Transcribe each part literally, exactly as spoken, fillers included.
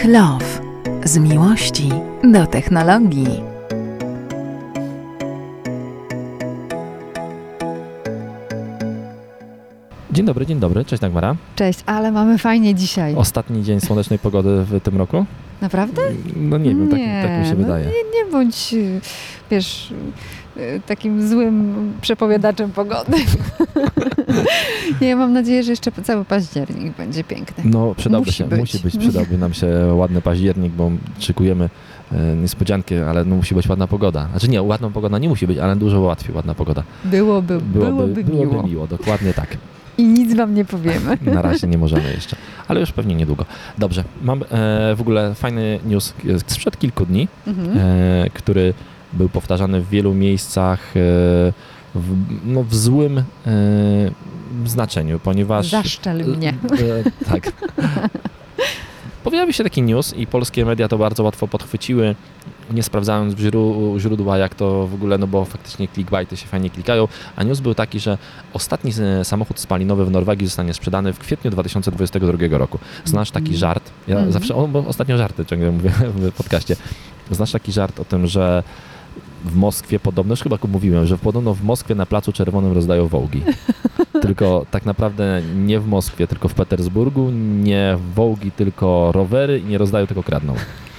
Love. Z miłości do technologii. Dzień dobry, dzień dobry. Cześć Dagmara. Cześć, ale mamy fajnie dzisiaj. Ostatni dzień słonecznej pogody w tym roku? Naprawdę? No nie wiem, tak, nie, tak mi się no wydaje. Nie, nie bądź, wiesz, takim złym przepowiadaczem pogody. Nie, mam nadzieję, że jeszcze cały październik będzie piękny. No przydałby musi się, być. musi być, przydałby nam się ładny październik, bo szykujemy e, niespodziankę, ale no, musi być ładna pogoda. Znaczy nie, ładna pogoda nie musi być, ale dużo łatwiej ładna pogoda. Byłoby, byłoby, byłoby, byłoby miło. byłoby miło, dokładnie tak. I nic wam nie powiemy. Na razie nie możemy jeszcze, ale już pewnie niedługo. Dobrze, mam e, w ogóle fajny news sprzed kilku dni, Mhm. e, który był powtarzany w wielu miejscach e, w, no, w złym e, znaczeniu, ponieważ... Zaszczel mnie. E, tak. Pojawił się taki news i polskie media to bardzo łatwo podchwyciły, nie sprawdzając źródła, źródła jak to w ogóle, no bo faktycznie clickbaity się fajnie klikają, a news był taki, że ostatni samochód spalinowy w Norwegii zostanie sprzedany w kwietniu dwa tysiące dwudziestego drugiego roku. Znasz taki żart? Ja Mhm. zawsze, o, bo ostatnio żarty ciągle mówię w podcaście. Znasz taki żart o tym, że w Moskwie podobno, już chyba mówiłem, że podobno w Moskwie na Placu Czerwonym rozdają wołgi. Tylko tak naprawdę nie w Moskwie, tylko w Petersburgu, nie wołgi, tylko rowery i nie rozdają, tylko kradną.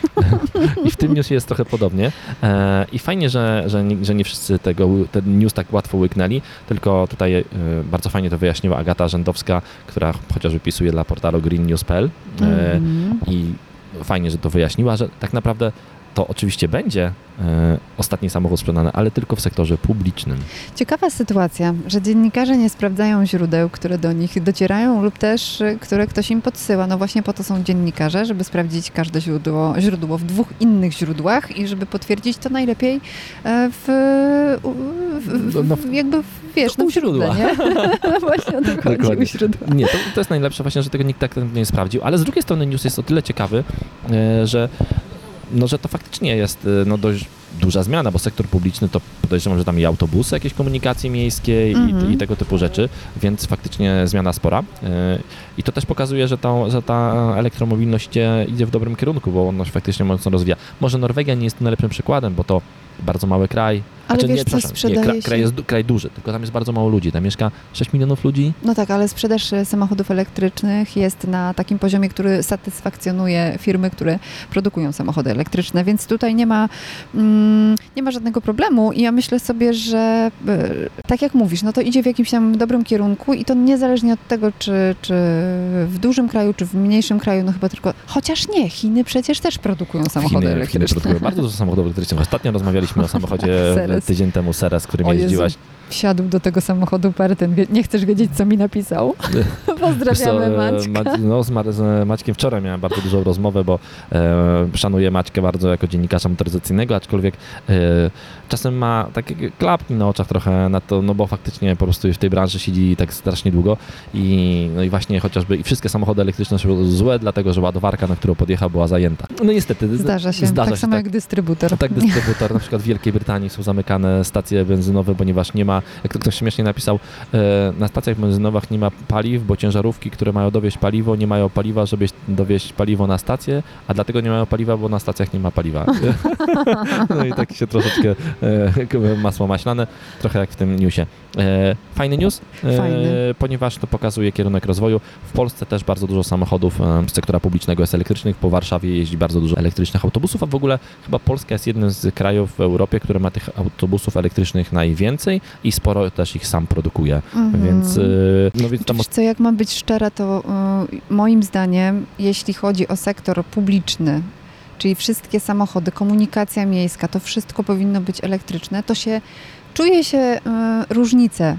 I w tym newsie jest trochę podobnie. E, I fajnie, że, że, nie, że nie wszyscy tego, ten news tak łatwo łyknęli, tylko tutaj e, bardzo fajnie to wyjaśniła Agata Rzędowska, która chociażby pisuje dla portalu green news kropka p l e, Mhm. i fajnie, że to wyjaśniła, że tak naprawdę to oczywiście będzie e, ostatni samochód sprzedany, ale tylko w sektorze publicznym. Ciekawa sytuacja, że dziennikarze nie sprawdzają źródeł, które do nich docierają lub też, y, które ktoś im podsyła. No właśnie po to są dziennikarze, żeby sprawdzić każde źródło, źródło w dwóch innych źródłach i żeby potwierdzić to najlepiej e, w, u- w, w, No, w jakby, w, wiesz, u no w źródle, źródła. nie? Właśnie o to chodzi, Dokładnie. u źródła. Nie, to, to jest najlepsze właśnie, że tego nikt tak nie sprawdził, ale z drugiej strony news jest o tyle ciekawy, e, że no, że to faktycznie jest no, dość duża zmiana, bo sektor publiczny to podejrzewam, że tam i autobusy, jakieś komunikacji miejskiej Mhm. i, i tego typu rzeczy, więc faktycznie zmiana spora. Yy, I to też pokazuje, że ta, że ta elektromobilność idzie, idzie w dobrym kierunku, bo ona się faktycznie mocno rozwija. Może Norwegia nie jest tu najlepszym przykładem, bo to bardzo mały kraj. Ale Znaczy, wiesz, nie, co przepraszam, nie, sprzedaje kraj, się? kraj jest du- kraj duży, tylko tam jest bardzo mało ludzi. Tam mieszka sześć milionów ludzi. No tak, ale sprzedaż e, samochodów elektrycznych jest na takim poziomie, który satysfakcjonuje firmy, które produkują samochody elektryczne, więc tutaj nie ma, mm, nie ma żadnego problemu i ja myślę sobie, że e, tak jak mówisz, no to idzie w jakimś tam dobrym kierunku i to niezależnie od tego, czy, czy w dużym kraju, czy w mniejszym kraju, no chyba tylko, chociaż nie, Chiny przecież też produkują samochody Chiny, Chiny elektryczne. produkują bardzo dużo samochodów elektrycznych. Ostatnio rozmawialiśmy o samochodzie Seres. tydzień temu, Seres, którym O Jezu. jeździłaś. Wsiadł do tego samochodu Pertyn, Wie- nie chcesz wiedzieć, co mi napisał? Pozdrawiamy Wiesz co, Maćka. Ma, no, z, Ma- z Maćkiem wczoraj miałem bardzo dużą rozmowę, bo e, szanuję Maćkę bardzo jako dziennikarza motoryzacyjnego, aczkolwiek e, czasem ma takie klapki na oczach trochę na to, no bo faktycznie po prostu w tej branży siedzi tak strasznie długo i, no i właśnie chociażby i wszystkie samochody elektryczne są złe, dlatego że ładowarka, na którą podjechał, była zajęta. No niestety. z- Zdarza się, Zdarza tak się samo tak. jak dystrybutor. Tak, dystrybutor, na przykład w Wielkiej Brytanii są zamykane stacje benzynowe, ponieważ nie ma, jak to ktoś śmiesznie napisał, e, na stacjach benzynowych nie ma paliw, bo ciężarówki, które mają dowieźć paliwo, nie mają paliwa, żeby dowieźć paliwo na stację, a dlatego nie mają paliwa, bo na stacjach nie ma paliwa. No i tak się troszeczkę e, masło maślane, trochę jak w tym newsie. E, fajny news, e, Fajny. ponieważ to pokazuje kierunek rozwoju. W Polsce też bardzo dużo samochodów e, z sektora publicznego jest elektrycznych, po Warszawie jeździ bardzo dużo elektrycznych autobusów, a w ogóle chyba Polska jest jednym z krajów w Europie, które ma tych autobusów elektrycznych najwięcej i sporo też ich sam produkuje, Mhm. więc, e, no więc tam Wiesz co, jak mam być szczera, to y, moim zdaniem, jeśli chodzi o sektor publiczny, czyli wszystkie samochody, komunikacja miejska, to wszystko powinno być elektryczne, to się czuje się y, różnicę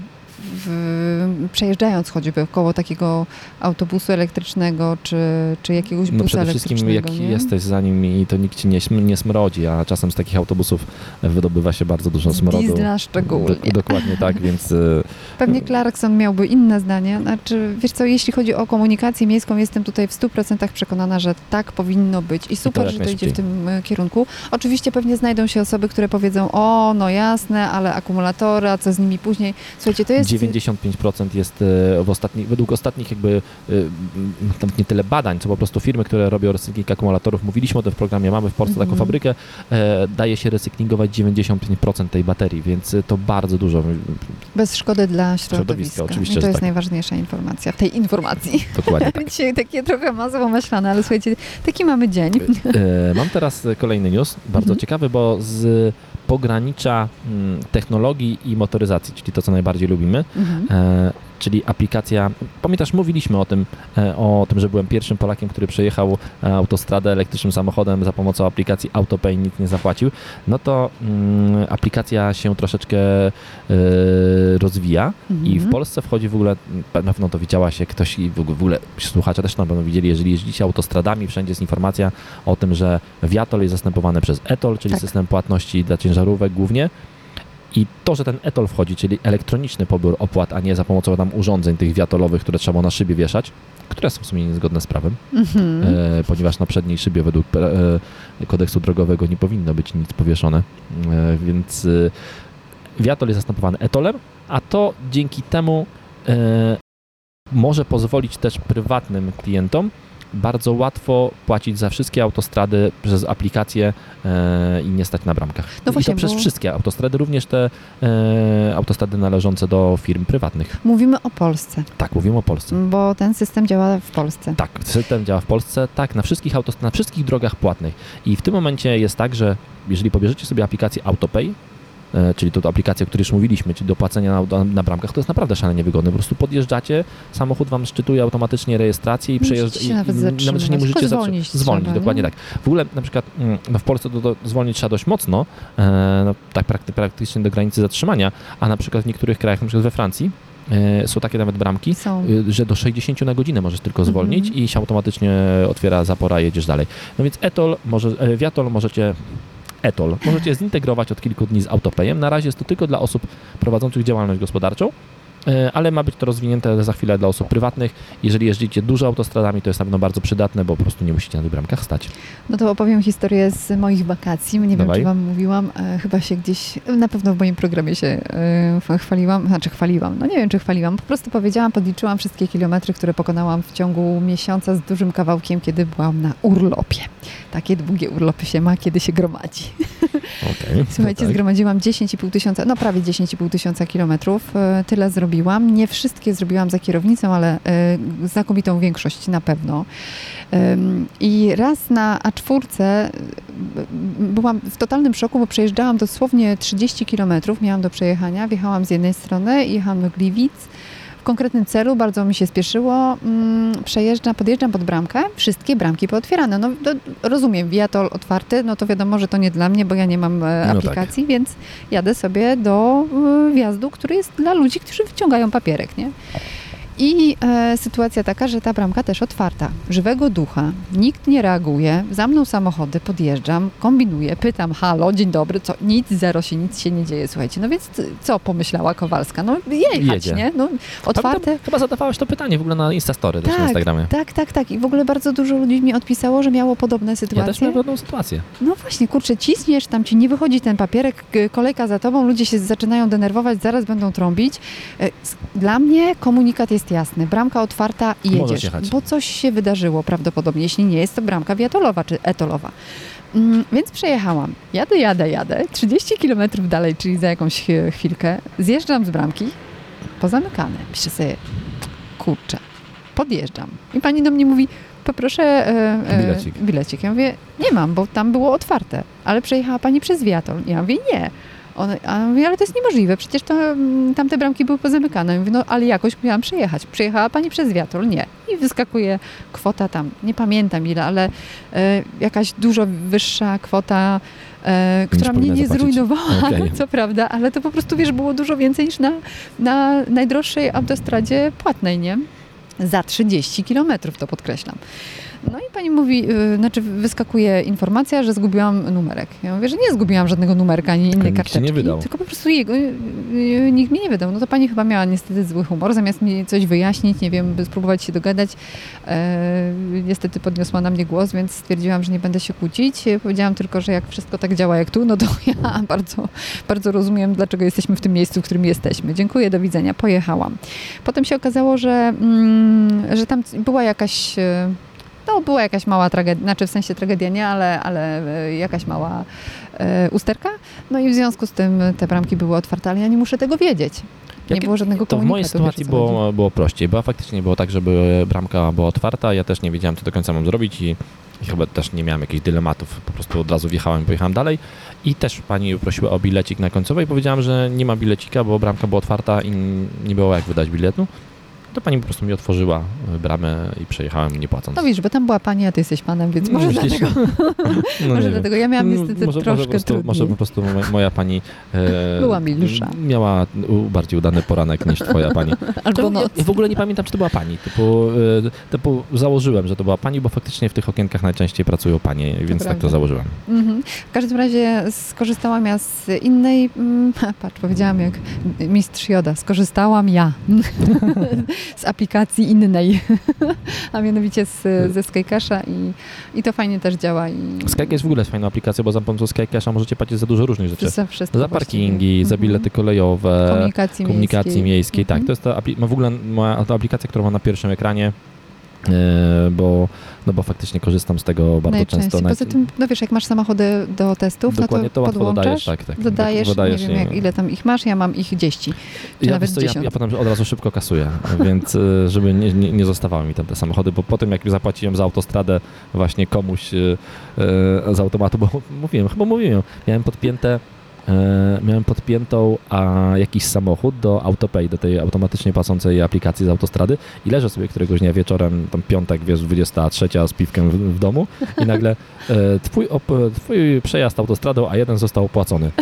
w, przejeżdżając choćby koło takiego autobusu elektrycznego, czy, czy jakiegoś no busa przede wszystkim elektrycznego. jak nie? jesteś za nim i to nikt ci nie, śm- nie smrodzi, a czasem z takich autobusów wydobywa się bardzo dużo Z smrodu. diesla szczególnie. Dok- dokładnie tak, więc e, Pewnie Clarkson miałby inne zdanie. Znaczy, wiesz co, jeśli chodzi o komunikację miejską, jestem tutaj w stu procentach przekonana, że tak powinno być i super, jak że to idzie najszybciej. w tym e, kierunku. Oczywiście pewnie znajdą się osoby, które powiedzą, o, no jasne, ale akumulatory, a co z nimi później? Słuchajcie, to jest dziewięćdziesiąt pięć procent jest w ostatnich, według ostatnich jakby nawet nie tyle badań, co po prostu firmy, które robią recykling akumulatorów. Mówiliśmy o tym w programie, mamy w Polsce mm-hmm. taką fabrykę, daje się recyklingować dziewięćdziesiąt pięć procent tej baterii, więc to bardzo dużo. Bez szkody dla środowiska. środowiska oczywiście, I to jest tak. najważniejsza informacja w tej informacji. Dokładnie tak. Dzisiaj takie trochę masło maślane, ale słuchajcie, taki mamy dzień. Mam teraz kolejny news, bardzo mm-hmm. ciekawy, bo z pogranicza mm, technologii i motoryzacji, czyli to, co najbardziej lubimy, mm-hmm. e, czyli aplikacja, pamiętasz, mówiliśmy o tym, e, o tym, że byłem pierwszym Polakiem, który przejechał e, autostradę elektrycznym samochodem za pomocą aplikacji AutoPay, nic nie zapłacił, no to mm, aplikacja się troszeczkę e, rozwija mm-hmm. i w Polsce wchodzi w ogóle, na pewno to widziałaś, jak ktoś i w ogóle słuchacze też na pewno widzieli, jeżeli jeździcie autostradami, wszędzie jest informacja o tym, że Viator jest zastępowany przez e-toll, czyli tak. system płatności dla ciężarówek głównie. I to, że ten e-toll wchodzi, czyli elektroniczny pobór opłat, a nie za pomocą tam urządzeń tych wiatolowych, które trzeba na szybie wieszać, które są w sumie niezgodne z prawem, mm-hmm. e, ponieważ na przedniej szybie według e, kodeksu drogowego nie powinno być nic powieszone, e, więc e, Viator jest zastępowany e-tollem, a to dzięki temu e, może pozwolić też prywatnym klientom bardzo łatwo płacić za wszystkie autostrady przez aplikację e, i nie stać na bramkach. No właśnie, I to przez bo... wszystkie autostrady, również te e, autostrady należące do firm prywatnych. Mówimy o Polsce. Tak, mówimy o Polsce. Bo ten system działa w Polsce. Tak, system działa w Polsce, tak, na wszystkich, autost- na wszystkich drogach płatnych. I w tym momencie jest tak, że jeżeli pobierzecie sobie aplikację AutoPay, czyli to aplikacja, o której już mówiliśmy, czyli do płacenia na, na bramkach, to jest naprawdę szalenie wygodne. Po prostu podjeżdżacie, samochód wam szczytuje automatycznie rejestrację i przejeżdżacie. Nawet, nawet nie możecie zwolnić. Zwolnić, trzeba, dokładnie nie? tak. W ogóle na przykład no w Polsce to, to zwolnić trzeba dość mocno, e, no, tak prakty, praktycznie do granicy zatrzymania, a na przykład w niektórych krajach, na przykład we Francji, e, są takie nawet bramki, są. E, że do sześćdziesiąt na godzinę możesz tylko zwolnić mm-hmm. i się automatycznie otwiera zapora i jedziesz dalej. No więc e-toll, może, e, Viator możecie e-toll. Możecie zintegrować od kilku dni z AutoPayem. Na razie jest to tylko dla osób prowadzących działalność gospodarczą, ale ma być to rozwinięte za chwilę dla osób prywatnych. Jeżeli jeździcie dużo autostradami, to jest na pewno bardzo przydatne, bo po prostu nie musicie na tych bramkach stać. No to opowiem historię z moich wakacji. Nie Dawaj. wiem, czy wam mówiłam. E, chyba się gdzieś, na pewno w moim programie się e, chwaliłam, znaczy chwaliłam. No nie wiem, czy chwaliłam. Po prostu powiedziałam, podliczyłam wszystkie kilometry, które pokonałam w ciągu miesiąca z dużym kawałkiem, kiedy byłam na urlopie. Takie długie urlopy się ma, kiedy się gromadzi. Okay, Słuchajcie, tak. Zgromadziłam dziesięć i pół tysiąca, no prawie dziesięć i pół tysiąca kilometrów. E, tyle zrobiłam. Nie wszystkie zrobiłam za kierownicą, ale y, znakomitą większość na pewno. Y, I raz na A cztery y, byłam w totalnym szoku, bo przejeżdżałam dosłownie trzydzieści kilometrów, miałam do przejechania, wjechałam z jednej strony i jechałam do Gliwic. W konkretnym celu, bardzo mi się spieszyło, mm, przejeżdżam, podjeżdżam pod bramkę, wszystkie bramki pootwierane. No to rozumiem, Viator otwarty, no to wiadomo, że to nie dla mnie, bo ja nie mam e, aplikacji, no tak. Więc jadę sobie do e, wjazdu, który jest dla ludzi, którzy wyciągają papierek, nie? I e, sytuacja taka, że ta bramka też otwarta. Żywego ducha, nikt nie reaguje, za mną samochody, podjeżdżam, kombinuję, pytam, halo, dzień dobry, co? Nic, zero się, nic się nie dzieje, słuchajcie. No więc co pomyślała Kowalska? No jechać, Jedzie. nie? No, otwarte. Chyba zadawałaś to pytanie w ogóle na Instastory, też tak, na Instagramie. Tak, tak, tak. I w ogóle bardzo dużo ludzi mi odpisało, że miało podobne sytuacje. Ja też miałem podobną sytuację. No właśnie, kurczę, cisniesz, tam ci nie wychodzi ten papierek, kolejka za tobą, ludzie się zaczynają denerwować, zaraz będą trąbić. Dla mnie komunikat jest jasny. Bramka otwarta i jedziesz, bo coś się wydarzyło prawdopodobnie. Jeśli nie jest to bramka wiatolowa czy etolowa. Mm, więc przejechałam. Jadę, jadę, jadę. trzydzieści kilometrów dalej, czyli za jakąś chwilkę. Zjeżdżam z bramki. Pozamykane. Piszę sobie, kurczę, podjeżdżam. I pani do mnie mówi, poproszę e, e, bilecik. bilecik. Ja mówię, nie mam, bo tam było otwarte. Ale przejechała pani przez Viator. Ja mówię, nie. On, a on mówi, ale to jest niemożliwe, przecież to, tamte bramki były pozamykane. Ja mówię, no ale jakoś miałam przejechać. Przejechała pani przez Viator? Nie. I wyskakuje kwota tam, nie pamiętam ile, ale e, jakaś dużo wyższa kwota, e, która mnie nie zapłacić. Zrujnowała, okay. Co prawda, ale to po prostu, wiesz, było dużo więcej niż na, na najdroższej autostradzie płatnej, nie? Za trzydzieści kilometrów, to podkreślam. No i pani mówi, yy, znaczy wyskakuje informacja, że zgubiłam numerek. Ja mówię, że nie zgubiłam żadnego numerka, ani innej nikt ci karteczki. nie wydał. Tylko po prostu jego, yy, nikt mi nie wydał. No to pani chyba miała niestety zły humor. Zamiast mi coś wyjaśnić, nie wiem, by spróbować się dogadać, yy, niestety podniosła na mnie głos, więc stwierdziłam, że nie będę się kłócić. Powiedziałam tylko, że jak wszystko tak działa jak tu, no to ja bardzo, bardzo rozumiem, dlaczego jesteśmy w tym miejscu, w którym jesteśmy. Dziękuję, do widzenia. Pojechałam. Potem się okazało, że, mm, że tam była jakaś... Yy, No, była jakaś mała tragedia, znaczy w sensie tragedia nie, ale, ale jakaś mała e, usterka. No i w związku z tym te bramki były otwarte, ale ja nie muszę tego wiedzieć. Nie Jak, było żadnego to w mojej komunikatu, sytuacji wiesz, o co chodzi. było, było prościej, bo faktycznie było tak, żeby bramka była otwarta, ja też nie wiedziałem, co do końca mam zrobić i, i chyba też nie miałem jakichś dylematów, po prostu od razu wjechałem i pojechałem dalej i też pani prosiła o bilecik na końcowej, powiedziałem, że nie ma bilecika, bo bramka była otwarta i nie było jak wydać biletu. To pani po prostu mi otworzyła bramę i przejechałem nie płacąc. No widzisz, bo tam była pani, a ty jesteś panem, więc może Myślisz? dlatego. No może dlatego. Ja miałam niestety może, troszkę może po prostu, trudniej. może po prostu moja pani e, Była milusza. miała bardziej udany poranek niż twoja pani. Albo To, noc. ja w ogóle nie pamiętam, czy to była pani. Typu, e, typu założyłem, że to była pani, bo faktycznie w tych okienkach najczęściej pracują panie, więc tak prawda. to założyłem. Mhm. W każdym razie skorzystałam ja z innej, mm, patrz, powiedziałam jak mistrz Joda, skorzystałam ja z aplikacji innej, a mianowicie z, ze Skycasha i, i to fajnie też działa. I Skycash jest w ogóle fajną aplikacją, bo za pomocą Skycasha możecie płacić za dużo różnych rzeczy. za wszystko Za parkingi, właściwie. za bilety kolejowe, komunikacji, komunikacji miejskiej. miejskiej. Tak, Mhm. to jest ta apli- no w ogóle moja, ta aplikacja, którą mam na pierwszym ekranie, yy, bo, no bo faktycznie korzystam z tego bardzo Najczęściej. często. Poza tym, no wiesz, jak masz samochody do testów, Dokładnie, no to to łatwo podłączasz, dodajesz, tak, tak. dodajesz, Dodajesz nie wiem, jak, ile tam ich masz, ja mam ich dziesięć, czy ja, nawet wiesz co, ja, dziesięć. ja potem od razu szybko kasuję, więc y, żeby nie, nie, nie zostawały mi tam te samochody, bo potem jak zapłaciłem za autostradę właśnie komuś y, y, z automatu, bo mówiłem, chyba mówiłem, miałem podpięte E, miałem podpiętą a, jakiś samochód do AutoPay, do tej automatycznie płacącej aplikacji z autostrady i leżę sobie któregoś dnia wieczorem, tam piątek, wiesz, dwudziesta trzecia z piwkiem w, w domu i nagle e, twój, op, twój przejazd autostradą A jeden został opłacony.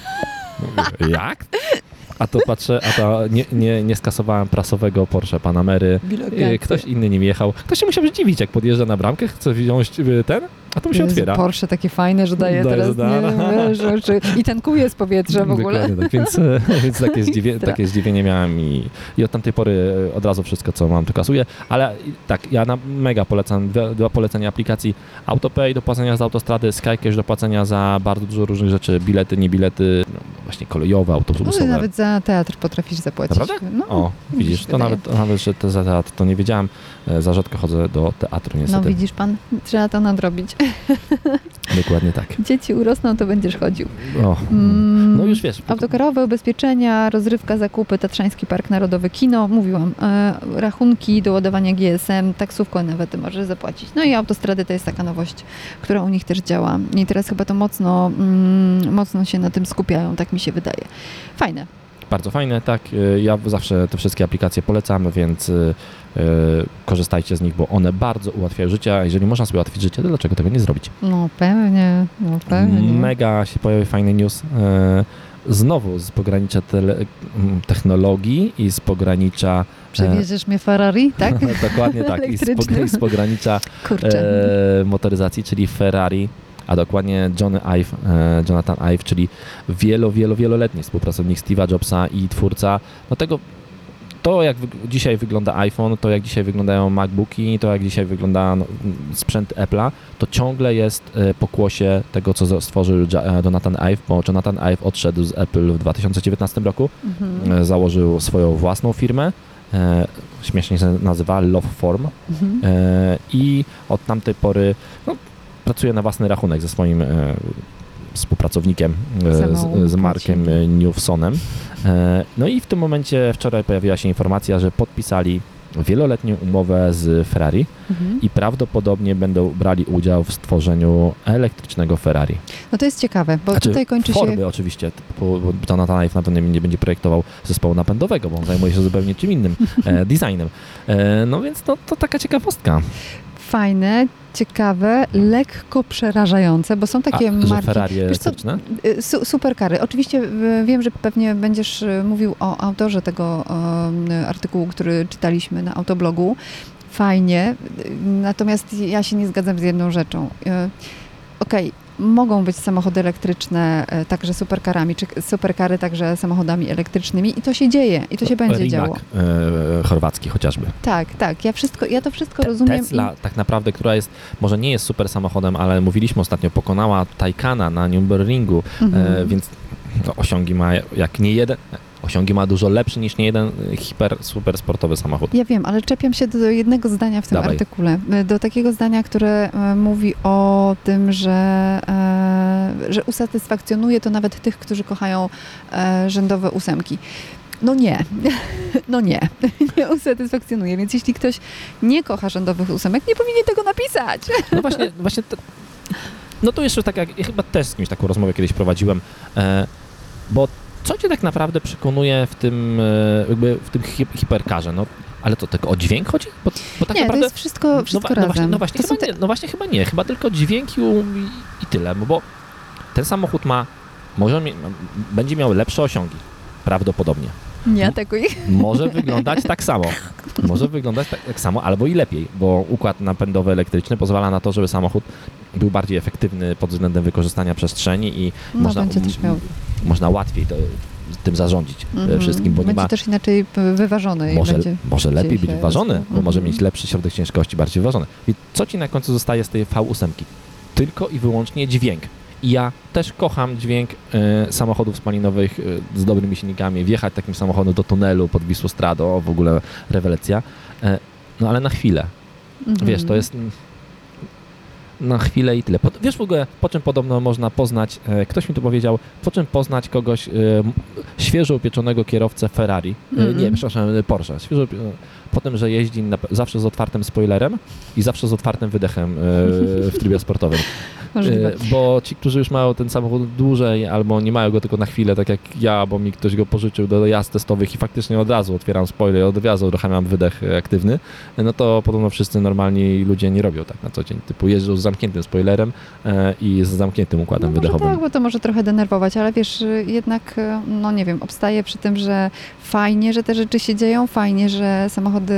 Mówię, jak? A to patrzę, a to nie, nie, nie skasowałem prasowego Porsche Panamery, e, ktoś inny nim jechał. Ktoś się musiał zdziwić, jak podjeżdża na bramkę, chce wziąć e, ten, a to mu się Jezu, otwiera. Porsche takie fajne, że daje, Daje teraz za- nie, wiesz, rzeczy. I tankuje z powietrza w ogóle. Dokładnie tak, więc, więc takie, zdziwie, takie zdziwienie miałem i, i od tamtej pory od razu wszystko, co mam, to kasuję, ale tak, ja na mega polecam, dwa, dwa polecenia aplikacji AutoPay do płacenia z autostrady, Skycash do płacenia za bardzo dużo różnych rzeczy, bilety, nie bilety, no, właśnie kolejowe, No, autobusowe. ty nawet za teatr potrafisz zapłacić. Naprawdę? No, O, widzisz, to wydaje. nawet, to nawet, że to za teatr, to nie wiedziałem, E, za rzadko chodzę do teatru No niestety. widzisz pan, trzeba to nadrobić. Dokładnie tak. Dzieci urosną, to będziesz chodził. O, Mm, no już wiesz. Autokarowe ubezpieczenia, rozrywka, zakupy, Tatrzański Park Narodowy, kino, mówiłam, e, rachunki do ładowania G S M, taksówkę nawet możesz zapłacić. No i autostrady to jest taka nowość, która u nich też działa. I teraz chyba to mocno, mm, mocno się na tym skupiają, tak mi się wydaje. Fajne. Bardzo fajne, tak. Ja zawsze te wszystkie aplikacje polecam, więc y, y, korzystajcie z nich, bo one bardzo ułatwiają życie, a jeżeli można sobie ułatwić życie, to dlaczego tego nie zrobić? No pewnie, no pewnie. Mega się pojawił fajny news. Y, znowu z pogranicza tele, technologii i z pogranicza... Przewieziesz mnie Ferrari, tak? Dokładnie tak. I z, Elektrycznym. i z pogranicza Kurczę. e, motoryzacji, czyli Ferrari, a dokładnie Johnny Ive, e, Jonathan Ive, czyli wielo, wielo, wieloletni współpracownik Steve'a Jobsa i twórca no tego, to jak wy, dzisiaj wygląda iPhone, to jak dzisiaj wyglądają MacBooki, to jak dzisiaj wygląda no, sprzęt Apple'a, to ciągle jest e, pokłosie tego, co stworzył ja, Jonathan Ive, bo Jonathan Ive odszedł z Apple w dwa tysiące dziewiętnastym roku, Mhm. e, założył swoją własną firmę, e, śmiesznie się nazywa Loveform Mhm. e, i od tamtej pory no, pracuje na własny rachunek ze swoim e, współpracownikiem, e, Za mało z, z Markiem płaci. e, Newsonem. E, no i w tym momencie wczoraj pojawiła się informacja, że podpisali wieloletnią umowę z Ferrari Mhm. i prawdopodobnie będą brali udział w stworzeniu elektrycznego Ferrari. No to jest ciekawe, bo Znaczy, tutaj kończy Fordy się... oczywiście, bo, bo Jonathan Ive na pewno nie będzie projektował zespołu napędowego, bo on zajmuje się zupełnie czym innym, e, designem. E, no więc to, to taka ciekawostka. Fajne, ciekawe, lekko przerażające, bo są takie A, marki... że Ferrari Wiesz co, elektryczne? y, su, superkary. Oczywiście y, wiem, że pewnie będziesz y, mówił o autorze tego y, artykułu, który czytaliśmy na autoblogu. fajnie, natomiast ja się nie zgadzam z jedną rzeczą. Okej, okay, mogą być samochody elektryczne także superkarami, czy superkary także samochodami elektrycznymi i to się dzieje, i to się będzie Rimac, działo. E, chorwacki chociażby. Tak, tak, ja wszystko, ja to wszystko Te, rozumiem. Tesla i... tak naprawdę, która jest, może nie jest super samochodem, ale mówiliśmy ostatnio, pokonała Taycana na Nürburgringu, mhm. e, więc to osiągi ma jak nie jeden... Osiągi ma dużo lepszy niż nie jeden hiper, super sportowy samochód. Ja wiem, ale czepiam się do jednego zdania w tym Dawaj. artykule. Do takiego zdania, które mówi o tym, że, że usatysfakcjonuje to nawet tych, którzy kochają rzędowe ósemki. No nie, no nie, nie usatysfakcjonuje, więc jeśli ktoś nie kocha rzędowych ósemek, nie powinien tego napisać. No właśnie, właśnie to, no to jeszcze tak jak, ja chyba też z kimś taką rozmowę kiedyś prowadziłem, e, bo co cię tak naprawdę przekonuje w tym, jakby w tym hi- hiperkarze? No, ale to tylko o dźwięk chodzi? Bo, bo tak nie, naprawdę, to jest wszystko, wszystko no, razem. No właśnie, no, właśnie chyba te... nie, no właśnie chyba nie, chyba tylko dźwięk i, i tyle, bo ten samochód ma, może mie- będzie miał lepsze osiągi, prawdopodobnie. Nie atakuj. Może wyglądać tak samo. Może wyglądać tak, tak samo, albo i lepiej, bo układ napędowy elektryczny pozwala na to, żeby samochód był bardziej efektywny pod względem wykorzystania przestrzeni i no, można, będzie też miał... można łatwiej to, tym zarządzić mm-hmm. wszystkim, bo będzie nie ma... też inaczej wyważony. Może, i będzie może lepiej być wyważony, mm-hmm. bo może mieć lepszy środek ciężkości, bardziej wyważony. I co ci na końcu zostaje z tej V osiem? Tylko i wyłącznie dźwięk. I ja też kocham dźwięk y, samochodów spalinowych y, z dobrymi silnikami, wjechać takim samochodem do tunelu pod Wisłostradą, w ogóle rewelacja. Y, no ale na chwilę. Mm-hmm. Wiesz, to jest na chwilę i tyle. Po, wiesz w ogóle, po czym podobno można poznać, y, ktoś mi tu powiedział, po czym poznać kogoś, y, świeżo upieczonego kierowcę Ferrari, mm-hmm. y, nie, przepraszam, Porsche, świeżo, y, po tym, że jeździ na, zawsze z otwartym spoilerem i zawsze z otwartym wydechem y, w trybie sportowym. Możliwe. Bo ci, którzy już mają ten samochód dłużej albo nie mają go tylko na chwilę, tak jak ja, bo mi ktoś go pożyczył do jazd testowych i faktycznie od razu otwieram spoiler, od razu uruchamiam wydech aktywny, no to podobno wszyscy normalni ludzie nie robią tak na co dzień. Typu jeżdżą z zamkniętym spoilerem e, i z zamkniętym układem no wydechowym. Tak, bo to może trochę denerwować, ale wiesz, jednak, no nie wiem, obstaję przy tym, że fajnie, że te rzeczy się dzieją, fajnie, że samochody,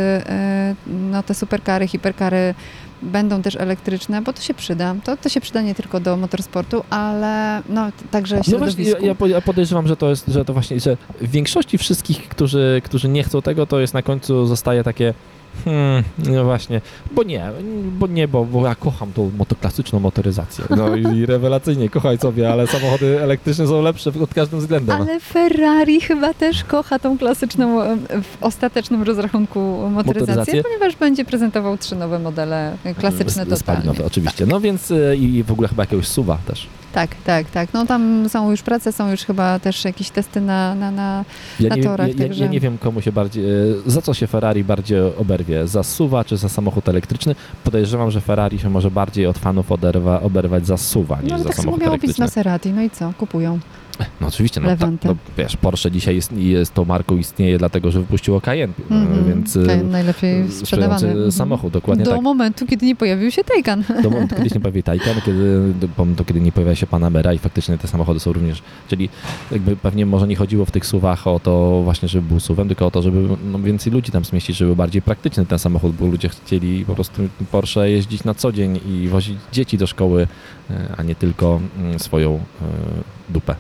no te superkary, hiperkary będą też elektryczne, bo to się przyda. To, to się przyda nie tylko do motorsportu, ale no, także środowisku. No właśnie, ja, ja podejrzewam, że to jest, że to właśnie, że w większości wszystkich, którzy, którzy nie chcą tego, to jest na końcu zostaje takie Hmm, no właśnie, bo nie, bo nie, bo, bo ja kocham tą moto, klasyczną motoryzację. No i, i rewelacyjnie, kochaj sobie, ale samochody elektryczne są lepsze pod każdym względem. Ale Ferrari chyba też kocha tą klasyczną w ostatecznym rozrachunku motoryzację, motoryzację? ponieważ będzie prezentował trzy nowe modele klasyczne totalnie. Spalinowe, oczywiście. No więc i w ogóle chyba jakiegoś suwa też. Tak, tak, tak. No tam są już prace, są już chyba też jakieś testy na, na, na, ja na nie, torach. Ja, także... ja nie wiem, komu się bardziej, za co się Ferrari bardziej oberwie, za suwa czy za samochód elektryczny. Podejrzewam, że Ferrari się może bardziej od fanów oderwa, oberwać za suwa niż no, za tak samochód miało elektryczny. być na Maserati, no i co? Kupują. No oczywiście, no, ta, no wiesz, Porsche dzisiaj jest, jest tą marką, istnieje dlatego, że wypuściło Cayenne, mm-hmm. więc Cayenne najlepiej sprzedawany samochód, dokładnie do tak. Do momentu, kiedy nie pojawił się Taycan. Do momentu, kiedy się nie pojawi Taycan, kiedy, do, kiedy nie pojawia się Panamera i faktycznie te samochody są również, czyli jakby pewnie może nie chodziło w tych suwach o to właśnie, żeby był suwem, tylko o to, żeby no, więcej ludzi tam zmieścić, żeby był bardziej praktyczny ten samochód, bo ludzie chcieli po prostu Porsche jeździć na co dzień i wozić dzieci do szkoły, a nie tylko swoją dupę.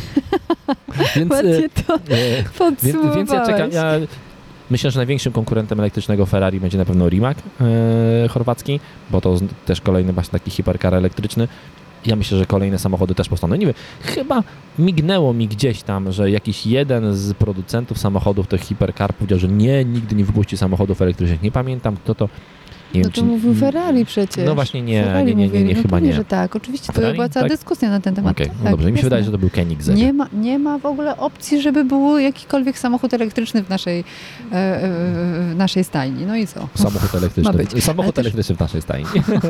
Więc, Ładnie to więc, więc ja czekam. Ja myślę, że największym konkurentem elektrycznego Ferrari będzie na pewno Rimac e, chorwacki, bo to też kolejny właśnie taki hipercar elektryczny. Ja myślę, że kolejne samochody też powstaną. Nie wiem, chyba mignęło mi gdzieś tam, że jakiś jeden z producentów samochodów tych hipercar powiedział, że nie, nigdy nie wypuści samochodów elektrycznych. Nie pamiętam, kto to. Nie no wiem, to czy... mówił Ferrari przecież. No właśnie nie, Ferrari nie, nie, nie, nie, nie no chyba pewnie, nie. że tak, oczywiście to Ferrari? była cała tak? dyskusja na ten temat. Okej, okay. No tak, dobrze, mi się jasne. wydaje, że to był Koenigsegg. Nie ma, nie ma w ogóle opcji, żeby był jakikolwiek samochód elektryczny w naszej, w naszej stajni. No i co? Samochód elektryczny. Samochód też... elektryczny w naszej stajni.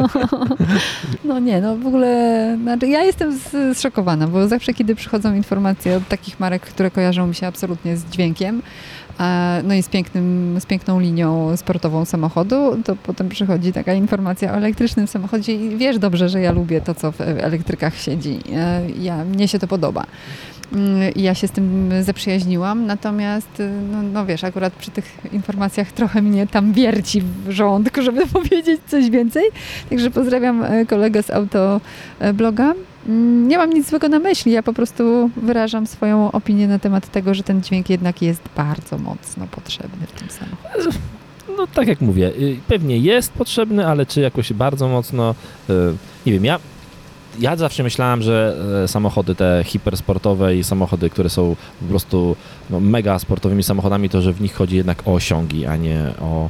No nie, no w ogóle, znaczy ja jestem zszokowana, bo zawsze, kiedy przychodzą informacje od takich marek, które kojarzą mi się absolutnie z dźwiękiem, no i z, pięknym, z piękną linią sportową samochodu, to potem przychodzi taka informacja o elektrycznym samochodzie i wiesz dobrze, że ja lubię to, co w elektrykach siedzi. Ja, mnie się to podoba. i ja się z tym zaprzyjaźniłam, natomiast no, no wiesz, akurat przy tych informacjach trochę mnie tam wierci w żołądku, żeby powiedzieć coś więcej. Także pozdrawiam kolegę z Autobloga. Nie mam nic złego na myśli, ja po prostu wyrażam swoją opinię na temat tego, że ten dźwięk jednak jest bardzo mocno potrzebny w tym samochodzie. No tak jak mówię, pewnie jest potrzebny, ale czy jakoś bardzo mocno, nie wiem, ja Ja zawsze myślałem, że samochody te hipersportowe i samochody, które są po prostu no, mega sportowymi samochodami, to że w nich chodzi jednak o osiągi, a nie o,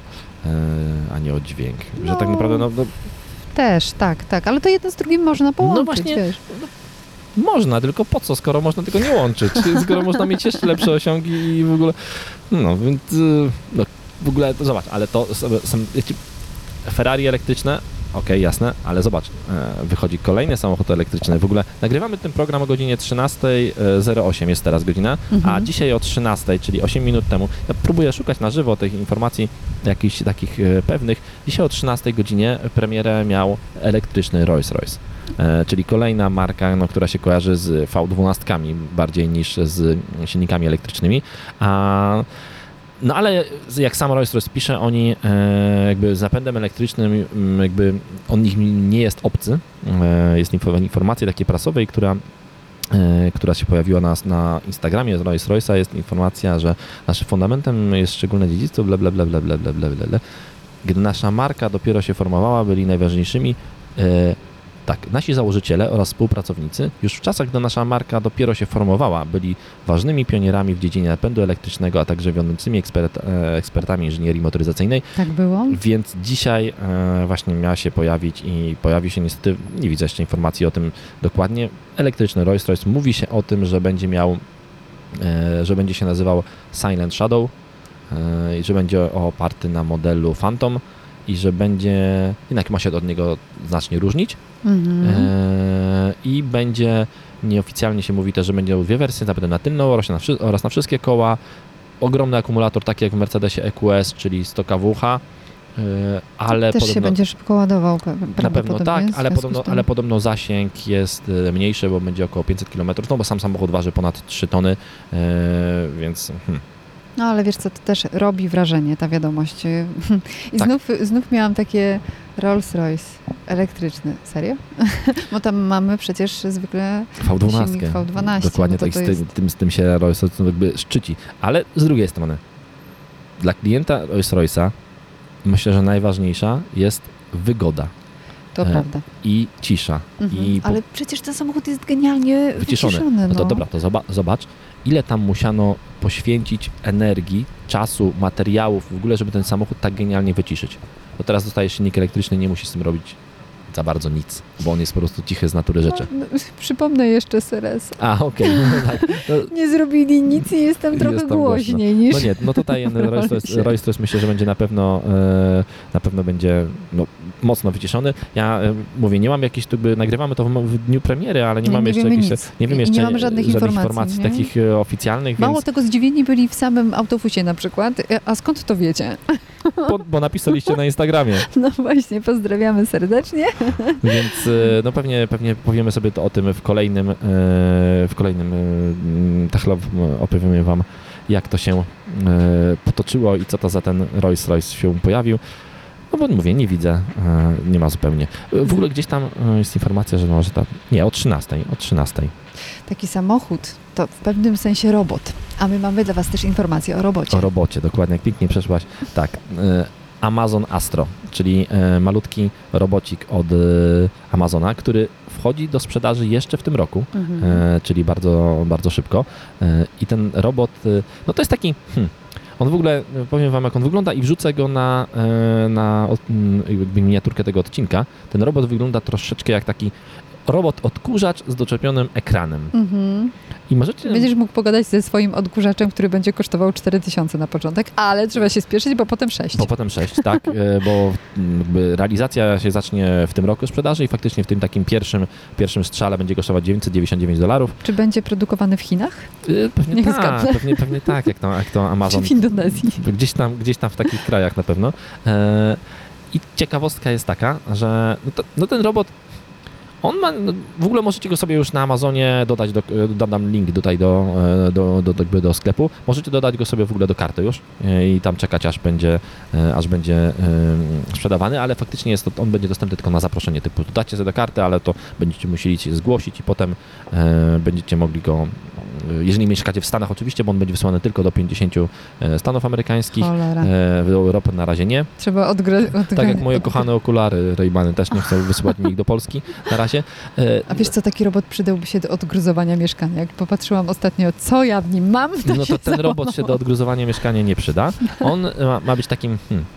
a nie o dźwięk. Że No. tak naprawdę no, no, Też, tak, tak, ale to jedno z drugim można połączyć, No właśnie, wiesz. można, tylko po co, skoro można tego nie łączyć, skoro można mieć jeszcze lepsze osiągi i w ogóle, no więc no, w ogóle, to zobacz, ale to są Ferrari elektryczne, okej, okay, jasne, ale zobacz, wychodzi kolejny samochód elektryczny. W ogóle nagrywamy ten program o godzinie trzynasta zero osiem, jest teraz godzina, mhm. a dzisiaj o trzynastej, czyli osiem minut temu, ja próbuję szukać na żywo tych informacji jakichś takich pewnych. Dzisiaj o trzynastej godzinie premierę miał elektryczny Rolls-Royce, czyli kolejna marka, no, która się kojarzy z V dwanaście bardziej niż z silnikami elektrycznymi, a no ale jak sam Rolls-Royce pisze, oni e, jakby zapędem elektrycznym, jakby on ich nie jest obcy. E, jest informacja takiej prasowej, która, e, która się pojawiła na, na Instagramie z Rolls-Royce'a, jest informacja, że naszym fundamentem jest szczególne dziedzictwo, bla bla bla bla bla bla bla bla. Gdy nasza marka dopiero się formowała, byli najważniejszymi e, Tak, nasi założyciele oraz współpracownicy już w czasach, gdy nasza marka dopiero się formowała, byli ważnymi pionierami w dziedzinie napędu elektrycznego, a także wiodącymi ekspert, ekspertami inżynierii motoryzacyjnej. Tak było. Więc dzisiaj e, właśnie miała się pojawić i pojawi się niestety, nie widzę jeszcze informacji o tym dokładnie, elektryczny Rolls-Royce. Mówi się o tym, że będzie miał, e, że będzie się nazywał Silent Shadow e, i że będzie oparty na modelu Phantom i że będzie, jednak ma się od niego znacznie różnić. Mm-hmm. e, i będzie, nieoficjalnie się mówi też, że będzie dwie wersje, zapewne na tylną oraz na, oraz na wszystkie koła, ogromny akumulator, taki jak w Mercedesie E Q S, czyli sto kilowatów, e, ale też podobno, się będzie szybko ładował. Na pewno tak, ale podobno, ale podobno zasięg jest mniejszy, bo będzie około pięćset kilometrów, no bo sam samochód waży ponad trzy tony, e, więc... Hmm. No ale wiesz co, to też robi wrażenie, ta wiadomość. I tak. znów, znów miałam takie Rolls-Royce elektryczny. Serio? Bo tam mamy przecież zwykle V dwanaście. silnik V dwanaście. Dokładnie, tak, z, tym, jest... tym, z tym się Rolls-Royce jakby szczyci. Ale z drugiej strony, dla klienta Rolls-Royce'a myślę, że najważniejsza jest wygoda. To e, prawda. I cisza. Mhm. I ale po... przecież ten samochód jest genialnie wyciszony. wyciszony no. No to dobra, to zobacz, ile tam musiano poświęcić energii, czasu, materiałów w ogóle, żeby ten samochód tak genialnie wyciszyć. Bo teraz dostajesz silnik elektryczny, nie musisz z tym robić za bardzo nic, bo on jest po prostu cichy z natury rzeczy. No, no, przypomnę jeszcze S R S. A, okej. Okay. No, tak. no, nie zrobili nic i jest tam trochę jest tam głośniej głośno. niż... No nie, no tutaj Rolls-Royce myślę, że będzie na pewno e, na pewno będzie no, mocno wyciszony. Ja e, mówię, nie mam jakichś, by nagrywamy to w, w dniu premiery, ale nie, nie mam jeszcze jakichś, nie wiem jeszcze nie mamy żadnych, żadnych informacji, informacji nie? takich e, oficjalnych. Mało więc... tego, zdziwieni byli w samym autobusie na przykład. A skąd to wiecie? Bo, bo napisaliście na Instagramie. No właśnie, pozdrawiamy serdecznie. Więc no pewnie, pewnie powiemy sobie to o tym w kolejnym w kolejnym Techlove, opowiemy wam, jak to się potoczyło i co to za ten Rolls-Royce się pojawił. No bo mówię, nie widzę, nie ma zupełnie. W ogóle gdzieś tam jest informacja, że może ta, nie, o trzynastej, o trzynastej. Taki samochód to w pewnym sensie robot, a my mamy dla was też informacje o robocie. O robocie, dokładnie, jak pięknie przeszłaś. Tak, Amazon Astro, czyli malutki robocik od Amazona, który wchodzi do sprzedaży jeszcze w tym roku, mhm. czyli bardzo, bardzo szybko. I ten robot, no to jest taki... Hmm, on w ogóle, powiem wam, jak on wygląda i wrzucę go na, na jakby miniaturkę tego odcinka. Ten robot wygląda troszeczkę jak taki robot odkurzacz z doczepionym ekranem. Mhm. I możecie... Będziesz mógł pogadać ze swoim odkurzaczem, który będzie kosztował cztery tysiące na początek, ale trzeba się spieszyć, bo potem sześć. Bo potem sześć, tak, bo jakby realizacja się zacznie w tym roku sprzedaży i faktycznie w tym takim pierwszym, pierwszym strzale będzie kosztować dziewięćset dziewięćdziesiąt dziewięć dolarów. Czy będzie produkowany w Chinach? Pewnie Nie tak, pewnie, pewnie tak, jak to, jak to Amazon. Czy w Indonezji. Gdzieś tam, gdzieś tam w takich krajach na pewno. I ciekawostka jest taka, że no, to, no ten robot On ma, no, w ogóle możecie go sobie już na Amazonie dodać, do, dodam link tutaj do, do, do, do, do sklepu, możecie dodać go sobie w ogóle do karty już i tam czekać, aż będzie, aż będzie sprzedawany, ale faktycznie jest to, on będzie dostępny tylko na zaproszenie typu dodacie sobie do karty, ale to będziecie musieli się zgłosić i potem będziecie mogli go, jeżeli mieszkacie w Stanach oczywiście, bo on będzie wysłany tylko do pięćdziesięciu Stanów amerykańskich, Cholera. w Europę na razie nie. Trzeba odgryźć. Tak jak moje kochane okulary Ray-Bany też nie chcą wysyłać mi ich do Polski na razie. A wiesz co, taki robot przydałby się do odgruzowania mieszkania. Jak popatrzyłam ostatnio, co ja w nim mam, to No to ten robot się do odgruzowania mieszkania nie przyda. On ma, ma być takim... Hmm,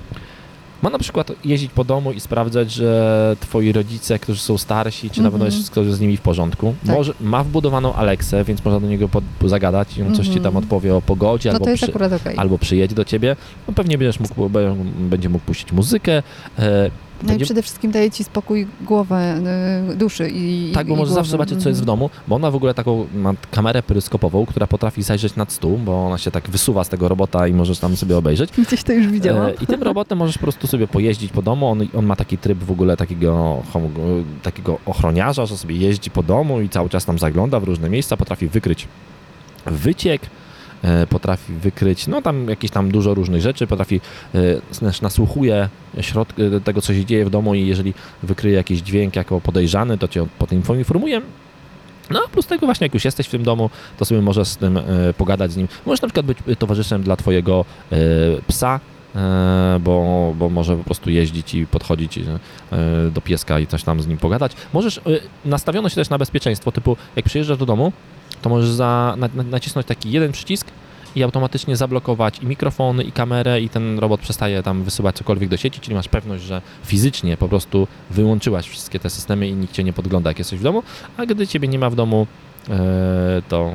ma na przykład jeździć po domu i sprawdzać, że twoi rodzice, którzy są starsi, czy na pewno jest wszystko z nimi w porządku. Tak. Może, ma wbudowaną Alexę, więc można do niego pod, zagadać i on coś ci tam odpowie o pogodzie, no albo, to jest przy, akurat okej. albo przyjedzie do ciebie. No pewnie będziesz mógł, będzie mógł puścić muzykę. E, No będzie... i przede wszystkim daje ci spokój głowę, y, duszy i Tak, bo i możesz głowę. zawsze zobaczyć, co jest w domu, bo ona w ogóle taką ma kamerę peryskopową, która potrafi zajrzeć nad stół, bo ona się tak wysuwa z tego robota i możesz tam sobie obejrzeć. Gdzieś to już widziałam. E, I tym robotem możesz po prostu sobie pojeździć po domu. On, on ma taki tryb w ogóle takiego, hom- takiego ochroniarza, że sobie jeździ po domu i cały czas tam zagląda w różne miejsca, potrafi wykryć wyciek, e, potrafi wykryć, no tam jakieś tam dużo różnych rzeczy, potrafi, e, nasłuchuje środ- tego, co się dzieje w domu i jeżeli wykryje jakiś dźwięk jako podejrzany, to cię potem informuje. No a plus tego właśnie, jak już jesteś w tym domu, to sobie możesz z tym e, pogadać z nim. Możesz na przykład być towarzyszem dla twojego e, psa, e, bo, bo może po prostu jeździć i podchodzić e, do pieska i coś tam z nim pogadać. Możesz, e, nastawiono się też na bezpieczeństwo, typu jak przyjeżdżasz do domu, to możesz za, na, na, nacisnąć taki jeden przycisk i automatycznie zablokować i mikrofony, i kamerę i ten robot przestaje tam wysyłać cokolwiek do sieci, czyli masz pewność, że fizycznie po prostu wyłączyłaś wszystkie te systemy i nikt cię nie podgląda, jak jesteś w domu, a gdy ciebie nie ma w domu, e, to,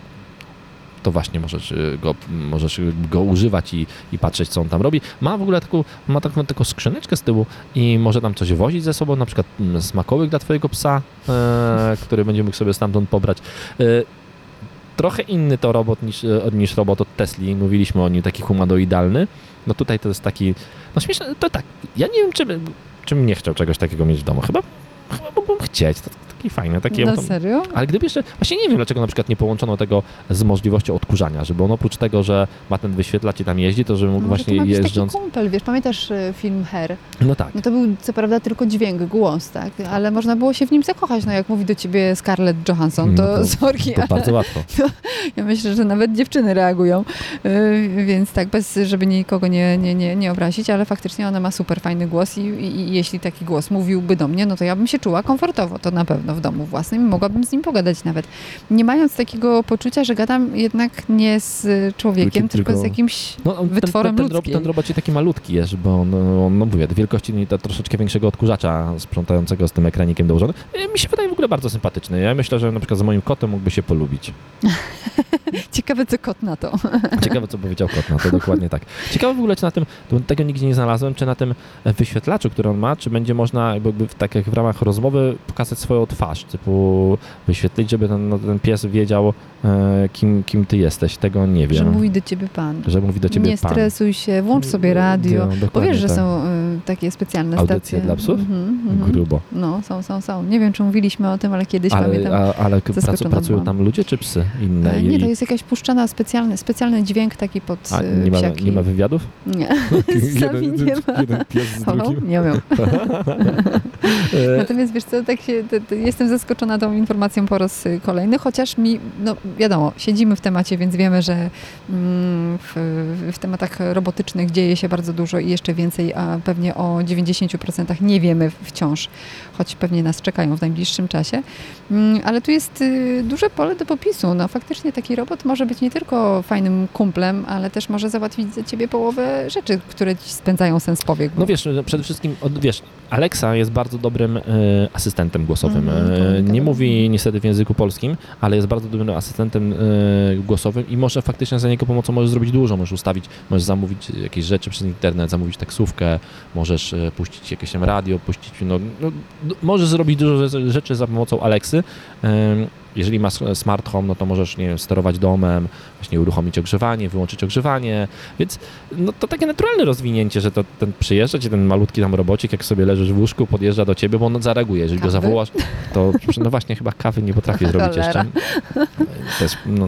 to właśnie możesz go, możesz go używać i, i patrzeć, co on tam robi. Ma w ogóle taką, ma taką, taką skrzyneczkę z tyłu i może tam coś wozić ze sobą, na przykład smakołyk dla twojego psa, e, który będzie mógł sobie stamtąd pobrać. E, Trochę inny to robot niż, niż robot od Tesli, mówiliśmy o nim, taki humanoidalny. No tutaj to jest taki, no śmieszne, to tak, ja nie wiem, czym, czym nie chciał czegoś takiego mieć w domu. Chyba, chyba mógłbym chcieć, to taki fajny. Taki, No serio? ale gdyby jeszcze, właśnie nie wiem, dlaczego na przykład nie połączono tego z możliwością odkurzania, żeby on oprócz tego, że ma ten wyświetlacz i tam jeździ, to żeby mógł Może właśnie to ma być jeżdżąc... taki kumpel, wiesz, pamiętasz y, film Her? No tak. No to był co prawda tylko dźwięk, głos, tak? Ale można było się w nim zakochać, no jak mówi do ciebie Scarlett Johansson, to, No to- sorki, To ale bardzo łatwo. ja myślę, że nawet dziewczyny reagują, yy, więc tak, bez, żeby nikogo nie, nie, nie, nie obrazić, ale faktycznie ona ma super fajny głos i, i, i jeśli taki głos mówiłby do mnie, no to ja bym się czuła komfortowo, to na pewno w domu własnym i mogłabym z nim pogadać nawet. Nie mając takiego poczucia, że gadam jednak nie z człowiekiem, Tylko- tylko, z jakimś No, on- wytworem ten, ten, ten, ludzkim. ten robot taki malutki jest, bo on, on no mówię, wielkości to troszeczkę większego odkurzacza sprzątającego z tym ekranikiem dołożonym. Mi się wydaje w ogóle bardzo sympatyczny. Ja myślę, że na przykład z moim kotem mógłby się polubić. Ciekawe, co kot na to. Ciekawe, co powiedział kot, no to dokładnie tak. Ciekawe w ogóle, czy na tym, tego nigdzie nie znalazłem, czy na tym wyświetlaczu, który on ma, czy będzie można jakby w, tak jak w ramach rozmowy pokazać swoją twarz, typu wyświetlić, żeby ten, no, ten pies wiedział, e, kim, kim ty jesteś. Tego nie wiem. Że mówi do ciebie pan. Że mówi do ciebie Nie pan. stresuj się, włącz sobie radio. No, Bo dokładnie wiesz, że tak. są y, takie specjalne Audycje stacje. dla psów? Mhm, mhm. Grubo. No, są, są, są. Nie wiem, czy mówiliśmy o tym, ale kiedyś Ale, pamiętam. a, ale pracu, zaskoczona pracują byłam. tam ludzie czy psy inne? E, Nie, to I- jest jakaś puszczana specjalny, specjalny dźwięk taki pod A y, nie ma, psiaki. nie ma wywiadów? Nie, sami nie ma. jeden pies z Oho, drugim. nie wiem. E, Natomiast wiesz co, tak się, to, to jestem zaskoczona tą informacją po raz y, kolejny, chociaż mi, no wiadomo, siedzimy w temacie, więc wiemy, że mm, w, w tematach robotycznych dzieje się bardzo dużo i jeszcze więcej, a pewnie o dziewięćdziesiąt procent nie wiemy wciąż, choć pewnie nas czekają w najbliższym czasie. Mm, ale tu jest y, duże pole do popisu. No faktycznie taki robot może być nie tylko fajnym kumplem, ale też może załatwić za ciebie połowę rzeczy, które ci spędzają sens powiek. No wiesz, przede wszystkim, od- wiesz, Alexa jest bardzo dobrym e, asystentem głosowym. Mhm, E, komunikatorem. nie mówi niestety w języku polskim, ale jest bardzo dobrym asystentem e, głosowym i może faktycznie za jego pomocą możesz zrobić dużo. Możesz ustawić, możesz zamówić jakieś rzeczy przez internet, zamówić taksówkę, możesz e, puścić jakieś tam radio, puścić, no, no d- możesz zrobić dużo rze- rzeczy za pomocą Alexy. E, jeżeli masz smart home, no to możesz, nie wiem, sterować domem, właśnie uruchomić ogrzewanie, wyłączyć ogrzewanie, więc no to takie naturalne rozwinięcie, że to ten przyjeżdża ci ten malutki tam robocik, jak sobie leżysz w łóżku, podjeżdża do ciebie, bo on zareaguje. Jeżeli Kawy? go zawołasz, to no właśnie chyba kawy nie potrafię zrobić jeszcze. Też, no,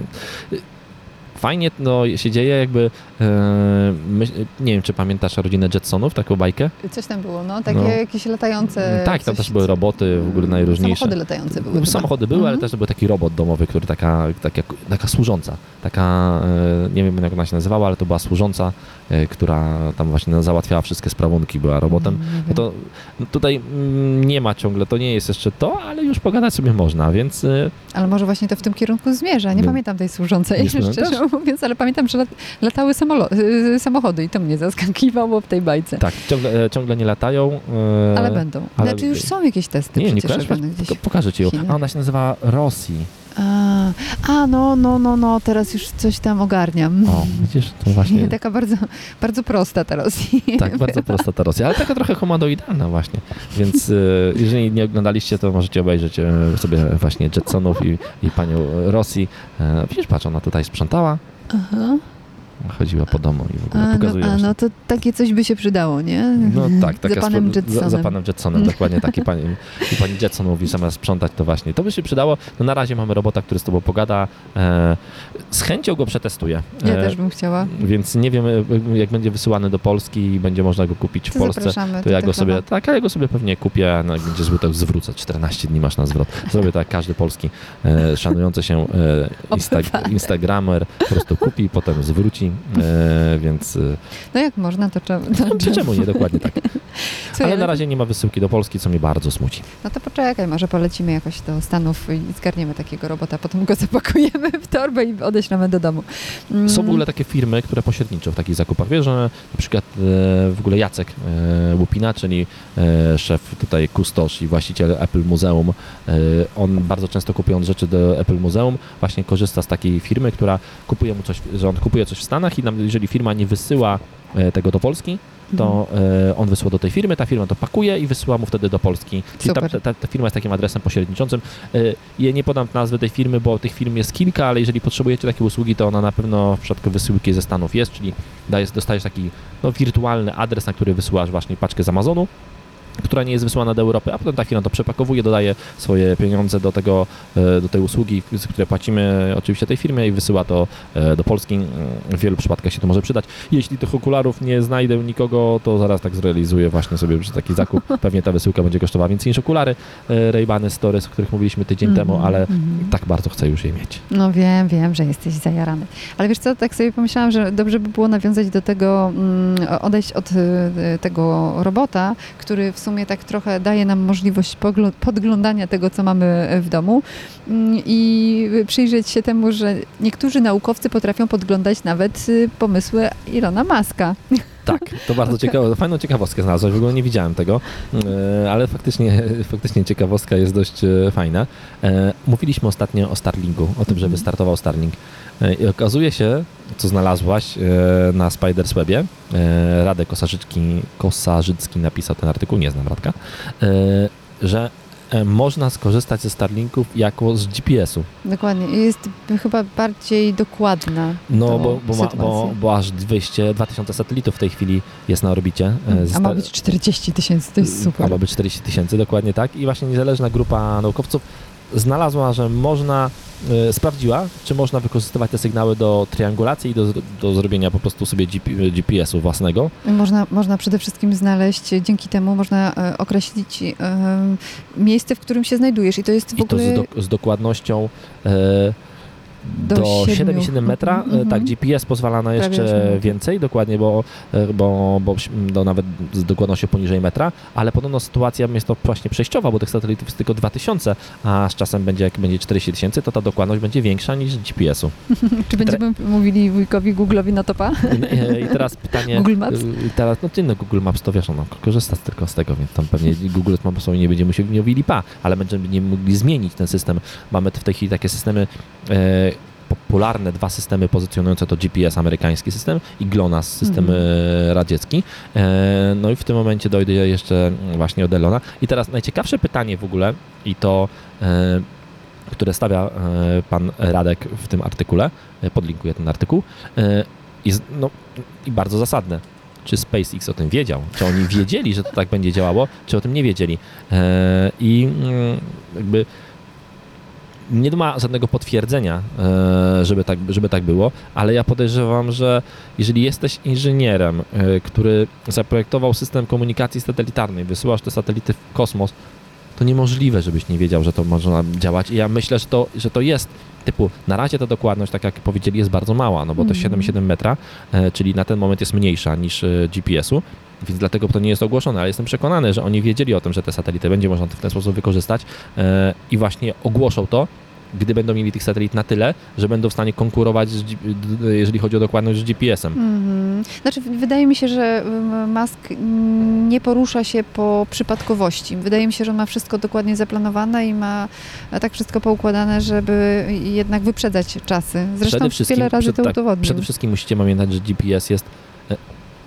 fajnie no, się dzieje, jakby e, my, nie wiem, czy pamiętasz rodzinę Jetsonów, taką bajkę? Coś tam było, no, takie No. jakieś latające... Tak, tam coś, też były roboty w ogóle najróżniejsze. Samochody latające były. chyba. Samochody były, ale Mhm. też był taki robot domowy, który taka, taka, taka służąca, taka, e, nie wiem jak ona się nazywała, ale to była służąca, e, która tam właśnie załatwiała wszystkie sprawunki, była robotem. Nie, nie No wiem. to no tutaj mm, nie ma ciągle, to nie jest jeszcze to, ale już pogadać sobie można, więc e, Ale może właśnie to w tym kierunku zmierza. Nie No. pamiętam tej służącej, Nie szczerze pamiętasz? mówiąc, ale pamiętam, że lat, latały samolo- y, samochody i to mnie zaskakiwało w tej bajce. tak, ciągle, e, ciągle nie latają. e, Ale będą. ale- Znaczy już są jakieś testy Nie, nie przecież kojarzysz? robione gdzieś. Tylko pokażę ci ją. Chiny. A ona się nazywa Rosji. A, a, no, no, no, no, teraz już coś tam ogarniam. O, widzisz, to właśnie... Taka bardzo, bardzo prosta ta Rosja. Tak, bardzo prosta ta Rosja, ale taka trochę humanoidalna właśnie. Więc e, jeżeli nie oglądaliście, to możecie obejrzeć e, sobie właśnie Jetsonów i, i panią Rosji. E, widzisz, patrz, ona tutaj sprzątała, Aha. chodziła po domu i w ogóle A, pokazuje no, a, właśnie. no to takie coś by się przydało, nie? No tak, taka Za panem spro- za, za Jetsonem. panem Jetsonem, dokładnie taki pani, i pani Jetson mówi, zamiast sprzątać, to właśnie. To by się przydało. No na razie mamy robota, który z tobą pogada. E, z chęcią go przetestuję. Ja E, też bym chciała. Więc nie wiem, e, jak będzie wysyłany do Polski i będzie można go kupić w To Polsce. zapraszamy. To ja do go sobie, Technowa. tak, a ja go sobie pewnie kupię, no jak będzie zły, to zwrócę. czternaście dni masz na zwrot. Zrobię tak, jak każdy polski e, szanujący się e, insta, Obywatel. instagramer po prostu kupi i potem zwróci, e, więc e, No jak można, to trzeba. To, czy czemu nie, dokładnie tak. Słuchaj, Ale na no- razie nie ma wysyłki do Polski, co mnie bardzo smuci. No to poczekaj, może polecimy jakoś do Stanów i zgarniemy takiego robota, potem go zapakujemy w torbę i odeślemy do domu. Mm, Są w ogóle takie firmy, które pośredniczą w takich zakupach. Wiesz, że na przykład e, w ogóle Jacek e, Łupina, czyli e, szef tutaj kustosz i właściciel Apple Muzeum, e, on bardzo często kupując rzeczy do Apple Muzeum właśnie korzysta z takiej firmy, która kupuje mu coś, że on kupuje coś w Stanach i nam, jeżeli firma nie wysyła e, tego do Polski, to e, on wysyła do tej firmy, ta firma to pakuje i wysyła mu wtedy do Polski. Czyli ta, Super. ta, ta firma jest takim adresem pośredniczącym. E, ja nie podam nazwy tej firmy, bo tych firm jest kilka, ale jeżeli potrzebujecie takiej usługi, to ona na pewno w przypadku wysyłki ze Stanów jest, czyli dajesz, dostajesz taki no, wirtualny adres, na który wysyłasz właśnie paczkę z Amazonu, która nie jest wysłana do Europy, a potem ta firma to przepakowuje, dodaje swoje pieniądze do tego, e, do tej usługi, z której płacimy oczywiście tej firmie i wysyła to e, do Polski. W wielu przypadkach się to może przydać. Jeśli tych okularów nie znajdę nikogo, to zaraz tak zrealizuję właśnie sobie przy taki zakup. Pewnie ta wysyłka będzie kosztowała więcej niż okulary e, Ray-Bany Stories, o których mówiliśmy tydzień Mhm, temu, ale mhm. tak bardzo chcę już je mieć. No wiem, wiem, że jesteś zajarany. Ale wiesz co, tak sobie pomyślałam, że dobrze by było nawiązać do tego, mm, odejść od y, tego robota, który w sumie tak trochę daje nam możliwość pogl- podglądania tego, co mamy w domu mm, i przyjrzeć się temu, że niektórzy naukowcy potrafią podglądać nawet y, pomysły Ilona Muska. Tak, to bardzo ciekawe, fajną ciekawostkę znalazłeś, w ogóle nie widziałem tego, e, ale faktycznie, faktycznie ciekawostka jest dość e, fajna. E, Mówiliśmy ostatnio o Starlinku, o tym, że wystartował Starlink E, i okazuje się, co znalazłaś e, na Spiderswebie, e, Radek Kosarzycki, Kosarzycki napisał ten artykuł, nie znam Radka, e, że e, można skorzystać ze Starlinków jako z G P S u. Dokładnie. I jest chyba bardziej dokładna. No, do bo, bo, ma, bo, sytuacji. bo aż dwieście, dwa tysiące satelitów w tej chwili jest na orbicie. e, ze A ma sta- być czterdzieści tysięcy, to jest super. A ma być czterdzieści tysięcy, dokładnie tak. I właśnie niezależna grupa naukowców znalazła, że można, e, sprawdziła, czy można wykorzystywać te sygnały do triangulacji i do, do zrobienia po prostu sobie G P, G P S u własnego. Można, można przede wszystkim znaleźć, dzięki temu można e, określić e, miejsce, w którym się znajdujesz i to jest w I to ogóle z, do, z dokładnością e, Do do siedmiu. siedem przecinek siedem metra. Mhm, mhm. Tak, G P S pozwala na Prawie jeszcze osiem. więcej, dokładnie, bo, e, bo, bo do nawet z dokładnością poniżej metra, ale podobno sytuacja jest to właśnie przejściowa, bo tych satelitów jest tylko dwa tysiące, a z czasem będzie, jak będzie czterdzieści tysięcy, to ta dokładność będzie większa niż G P S u. Czy będziemy mówili wujkowi Google'owi na topa? I, I teraz pytanie... Google Maps? y, Teraz, no ty no Google Maps to wiesz, ono korzysta tylko z tego, więc tam pewnie Google Maps nie będzie musieli mówili pa, ale będziemy nie mogli zmienić ten system. Mamy w tej chwili takie systemy e, popularne, dwa systemy pozycjonujące to G P S, amerykański system i GLONASS, system Mhm. e, radziecki. E, no i w tym momencie dojdę jeszcze właśnie od Elona. I teraz najciekawsze pytanie w ogóle i to e, które stawia e, pan Radek w tym artykule, e, podlinkuję ten artykuł, e, jest, no, i bardzo zasadne. Czy SpaceX o tym wiedział? Czy oni wiedzieli, że to tak będzie działało, czy o tym nie wiedzieli? E, I mm, jakby nie ma żadnego potwierdzenia, e, żeby tak, żeby tak było, ale ja podejrzewam, że jeżeli jesteś inżynierem, e, który zaprojektował system komunikacji satelitarnej, wysyłasz te satelity w kosmos, to niemożliwe, żebyś nie wiedział, że to można działać. I ja myślę, że to, że to jest typu, na razie ta dokładność, tak jak powiedzieli, jest bardzo mała, no bo to Mhm. siedem przecinek siedem metra, e, czyli na ten moment jest mniejsza niż e, G P S u, więc dlatego to nie jest ogłoszone, ale jestem przekonany, że oni wiedzieli o tym, że te satelity będzie można w ten sposób wykorzystać e, i właśnie ogłoszą to, gdy będą mieli tych satelit na tyle, że będą w stanie konkurować, z, G- d- jeżeli chodzi o dokładność, z G P S em. Mhm. Znaczy, wydaje mi się, że y, Musk mm, nie porusza się po przypadkowości. Wydaje mi się, że on ma wszystko dokładnie zaplanowane i ma e, tak wszystko poukładane, żeby jednak wyprzedzać czasy. Zresztą Przede wszystkim- wiele razy przed- to tak, udowodnił. Przede wszystkim musicie pamiętać, że G P S jest e,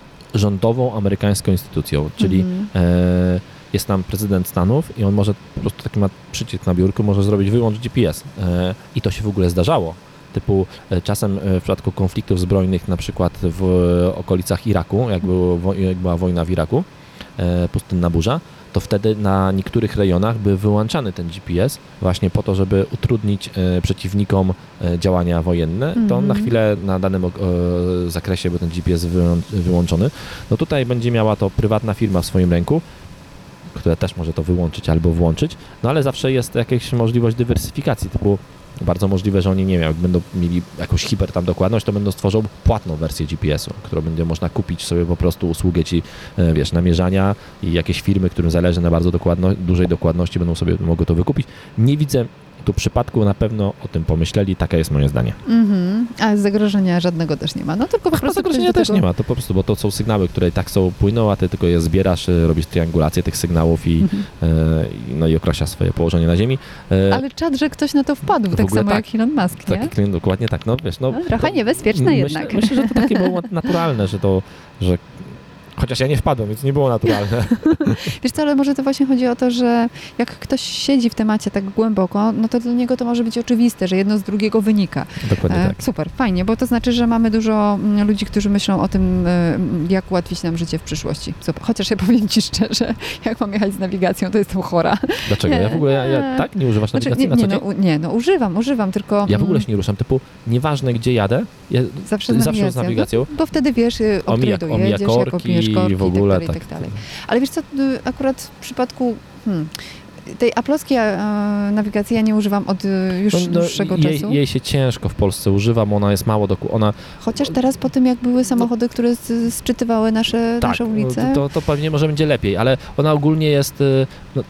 rządową amerykańską instytucją, czyli Mhm. e, jest tam prezydent Stanów i on może po prostu taki ma przycisk na biurku, może zrobić wyłącz G P S. E, I to się w ogóle zdarzało. Typu e, czasem e, w przypadku konfliktów zbrojnych, na przykład w okolicach Iraku, jak, było, wo- jak była wojna w Iraku, e, pustynna burza, to wtedy na niektórych rejonach był wyłączany ten G P S właśnie po to, żeby utrudnić e, przeciwnikom e, działania wojenne. To Mhm. na chwilę na danym e, zakresie był ten G P S wyłą- wyłączony. No tutaj będzie miała to prywatna firma w swoim ręku, która też może to wyłączyć albo włączyć, no ale zawsze jest jakaś możliwość dywersyfikacji, typu bardzo możliwe, że oni, nie wiem, jak będą mieli jakąś hiper tam dokładność, to będą stworzą płatną wersję G P S u, którą będzie można kupić sobie po prostu usługę ci, e, wiesz, namierzania i jakieś firmy, którym zależy na bardzo dokładno, dużej dokładności, będą sobie mogły to wykupić. Nie widzę tu przypadku, na pewno o tym pomyśleli, takie jest moje zdanie. Mhm. A zagrożenia żadnego też nie ma. No tylko po Chyba prostu zagrożenia ktoś do też tego- nie ma, to po prostu, bo to są sygnały, które i tak są, płyną, a ty tylko je zbierasz, e, robisz triangulację tych sygnałów i, Mhm. e, i- no i określa swoje położenie na ziemi. E, Ale czad, że ktoś na to wpadł, W tak ogóle samo tak. jak Elon Musk, nie? tak, dokładnie tak, no wiesz, no. No, trochę to- niebezpieczne myślę, jednak. Myślę, że to takie było naturalne, że to, że chociaż ja nie wpadłem, więc nie było naturalne. Wiesz co, ale może to właśnie chodzi o to, że jak ktoś siedzi w temacie tak głęboko, no to dla niego to może być oczywiste, że jedno z drugiego wynika. Dokładnie E, tak. Super, fajnie, bo to znaczy, że mamy dużo mm, ludzi, którzy myślą o tym, e, jak ułatwić nam życie w przyszłości. Super. Chociaż ja powiem Ci szczerze, jak mam jechać z nawigacją, to jestem chora. Dlaczego? Ja w ogóle, ja, ja tak? Nie używasz Znaczy, nawigacji nie, na co nie, dzień? no, u- nie, no używam, używam, tylko Ja w ogóle mm, się nie ruszam, typu nieważne gdzie jadę, ja zawsze z zawsze nawigacją. z nawigacją. No, bo wtedy wiesz, y, o Omija- której omija dojedziesz, jak korki opiniesz korki w ogóle, i tak dalej, tak. i tak dalej. Ale wiesz co, y, akurat w przypadku hmm, tej aplowskiej e, nawigacji ja nie używam od y, już No, no, dłuższego jej, czasu. jej się ciężko w Polsce używam, ona jest mało doku... Ona Chociaż teraz po tym, jak były samochody, które z, sczytywały nasze, tak, nasze ulice. to, to pewnie może będzie lepiej, ale ona ogólnie jest... y, No,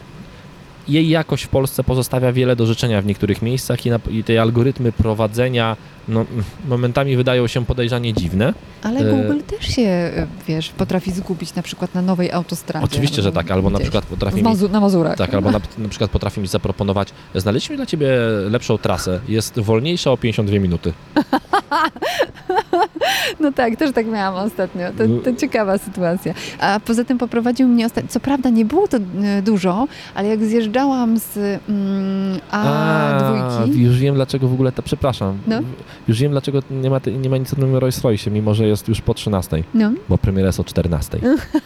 jej jakość w Polsce pozostawia wiele do życzenia w niektórych miejscach i, na, i te algorytmy prowadzenia no, mm, momentami wydają się podejrzanie dziwne. Ale e- Google też się, y, wiesz, potrafi zgubić na przykład na nowej autostradzie. Oczywiście, że tak, albo na gdzieś. przykład potrafi W mi, Mazu, na Mazurach. tak, albo na, na przykład potrafi mi zaproponować, znaleźliśmy dla ciebie lepszą trasę, jest wolniejsza o pięćdziesiąt dwie minuty. No tak, też tak miałam ostatnio. To, to ciekawa sytuacja. A poza tym poprowadził mnie ostatnio, co prawda nie było to e, dużo, ale jak zjeżdżałam z mm, A dwa, już wiem dlaczego w ogóle, to przepraszam, No. już wiem dlaczego nie ma, nie ma nic o tym Rolls Royce, mimo że jest już po trzynastej, no, bo premiera jest o czternastej.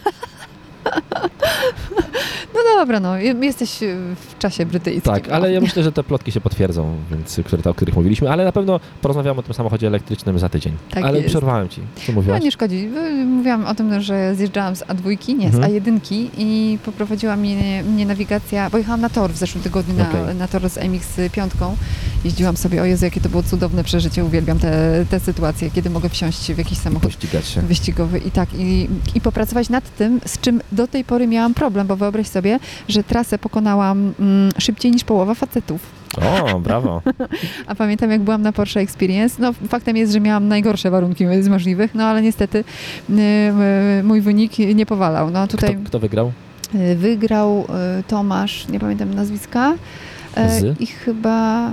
no dobra, no, je- jesteś e, w czasie brytyjskim. Tak, no. ale ja myślę, że te plotki się potwierdzą, więc, które, o których mówiliśmy, ale na pewno porozmawiamy o tym samochodzie elektrycznym za tydzień. Tak ale jest. przerwałem ci, co No mówiłaś? nie szkodzi. Y, Mówiłam o tym, że zjeżdżałam z A dwa, nie, z Mhm. A jeden i poprowadziła mnie, mnie nawigacja, bo jechałam na tor w zeszłym tygodniu, na, Okej. na tor z M X pięć. Jeździłam sobie, o Jezu, jakie to było cudowne przeżycie, uwielbiam te, te sytuacje, kiedy mogę wsiąść w jakiś samochód Pościgać się. wyścigowy i tak, i, i popracować nad tym, z czym do tej pory miałam problem, bo wyobraź sobie, że trasę pokonałam mm, szybciej niż połowa facetów. O, brawo. A pamiętam, jak byłam na Porsche Experience, no faktem jest, że miałam najgorsze warunki z możliwych, no ale niestety y, y, mój wynik nie powalał. No tutaj Kto, kto wygrał? y, wygrał y, Tomasz, nie pamiętam nazwiska, y, Z? i chyba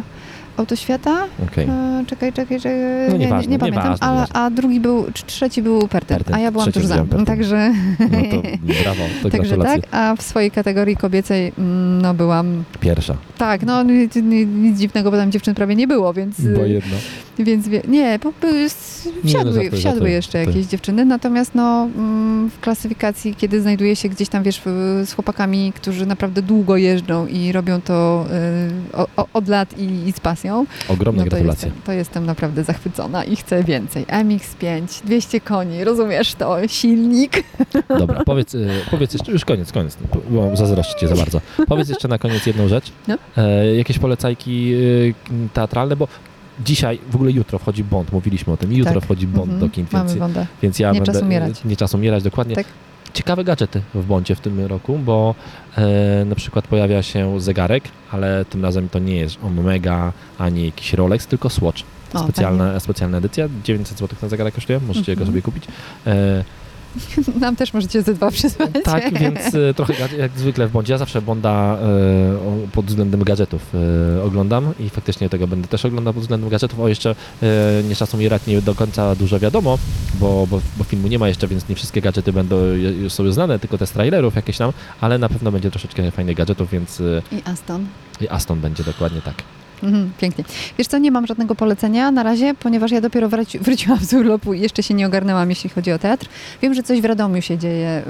Autoświata? Okej. E, czekaj, czekaj, czekaj. No nie, nie, nieważne, nie pamiętam, nieważne, a, nieważne. a drugi był, czy trzeci był Perten, Perten, a ja byłam trzeci tuż za. wziąłem Perten. Także, No to brawo, to także gratulacje. tak, a w swojej kategorii kobiecej mm, no byłam, Pierwsza, tak, no nic, nic dziwnego, bo tam dziewczyn prawie nie było, więc... bo jedno. Więc wie, nie, bo były, wsiadły, żartuję, wsiadły żartuję. jeszcze Tak. jakieś dziewczyny, natomiast no, mm, w klasyfikacji, kiedy znajduje się gdzieś tam, wiesz, w- z chłopakami, którzy naprawdę długo jeżdżą i robią to y, o, o, od lat i, i z pasją, Ogromne no to gratulacje. jestem, to jestem naprawdę zachwycona i chcę więcej. M X pięć, dwieście koni, rozumiesz to, silnik. Dobra, powiedz, y, powiedz jeszcze, już koniec, koniec, bo zazdroszczę cię za bardzo. Powiedz jeszcze na koniec jedną rzecz. No. E, jakieś polecajki y, teatralne, bo dzisiaj, w ogóle jutro wchodzi Bond, mówiliśmy o tym, jutro Tak. wchodzi Bond Mhm, do kin, Mamy więc, Bonda. więc ja Nie będę... czas umierać. Nie czas umierać, dokładnie. Tak. Ciekawe gadżety w Bondzie w tym roku, bo e, na przykład pojawia się zegarek, ale tym razem to nie jest Omega ani jakiś Rolex, tylko Swatch. O, Specjalna, specjalna edycja, dziewięćset złotych na zegarek kosztuje, możecie go Mhm. sobie kupić. E, Nam też możecie ze dwa przysłać. tak, więc e, trochę gad- jak zwykle w Bondzie, ja zawsze Bonda e, o- pod względem gadżetów e, oglądam i faktycznie tego będę też oglądał pod względem gadżetów. O, jeszcze e, nie czas umierać, nie do końca dużo wiadomo, bo, bo, bo filmu nie ma jeszcze, więc nie wszystkie gadżety będą je- już sobie znane, tylko te z trailerów jakieś tam, ale na pewno będzie troszeczkę fajnych gadżetów, więc e, I Aston. i Aston będzie dokładnie tak. Mhm, pięknie. Wiesz co, nie mam żadnego polecenia na razie, ponieważ ja dopiero wraci- wróciłam z urlopu i jeszcze się nie ogarnęłam, jeśli chodzi o teatr. Wiem, że coś w Radomiu się dzieje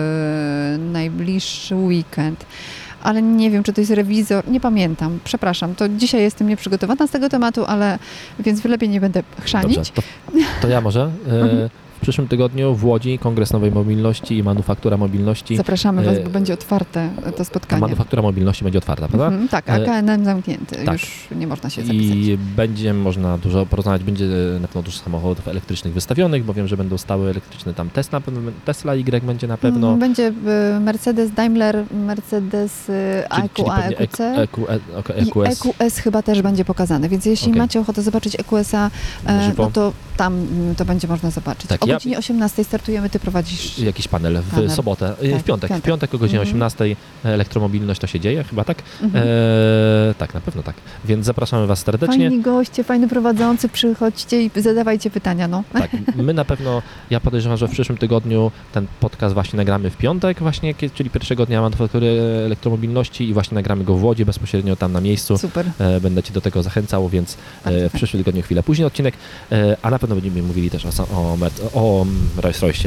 w najbliższy weekend, ale nie wiem, czy to jest rewizor, nie pamiętam, przepraszam, to dzisiaj jestem nieprzygotowana z tego tematu, ale więc lepiej nie będę chrzanić. Dobrze, to, to ja może. E, w przyszłym tygodniu w Łodzi Kongres Nowej Mobilności i Manufaktura Mobilności. Zapraszamy Was, e, bo będzie otwarte to Ta spotkanie. Manufaktura Mobilności będzie otwarta, prawda? Mhm, tak, a E, K N M zamknięty, tak. już nie można się zapisać. I będzie można dużo porozmawiać, będzie na pewno dużo samochodów elektrycznych wystawionych, bo wiem, że będą stały elektryczne tam Tesla, Tesla Y będzie na pewno. Mm, Będzie y, Mercedes, Daimler, Mercedes y, Czyli- E Q czyli A, pewnie E Q C. E Q, E, ok, I E Q S. E Q S chyba też będzie pokazany, więc jeśli Okej. macie ochotę zobaczyć E Q S-a, Na e, żywo. no to tam mm, to będzie można zobaczyć. Tak, o ja- godzinie osiemnastej startujemy, ty prowadzisz. Jakiś panel w Panel. sobotę, e, Tak, w piątek, piątek. w piątek o godzinie Mhm. osiemnastej elektromobilność to się dzieje, chyba tak? Mhm. E, tak, na pewno tak. Więc zapraszamy Was serdecznie. Fajni goście, fajny prowadzący, przychodźcie i zadawajcie pytania, no. Tak, my na pewno, ja podejrzewam, że w przyszłym tygodniu ten podcast właśnie nagramy w piątek właśnie, kie- czyli pierwszego dnia manufaktury elektromobilności i właśnie nagramy go w Łodzi bezpośrednio tam na miejscu. Super. E, Będę Cię do tego zachęcał, więc Bardzo e, w fajnie. przyszłym tygodniu chwilę później odcinek, e, a na pewno będziemy mówili też o, sa- o, Mer- o Rolls-Royce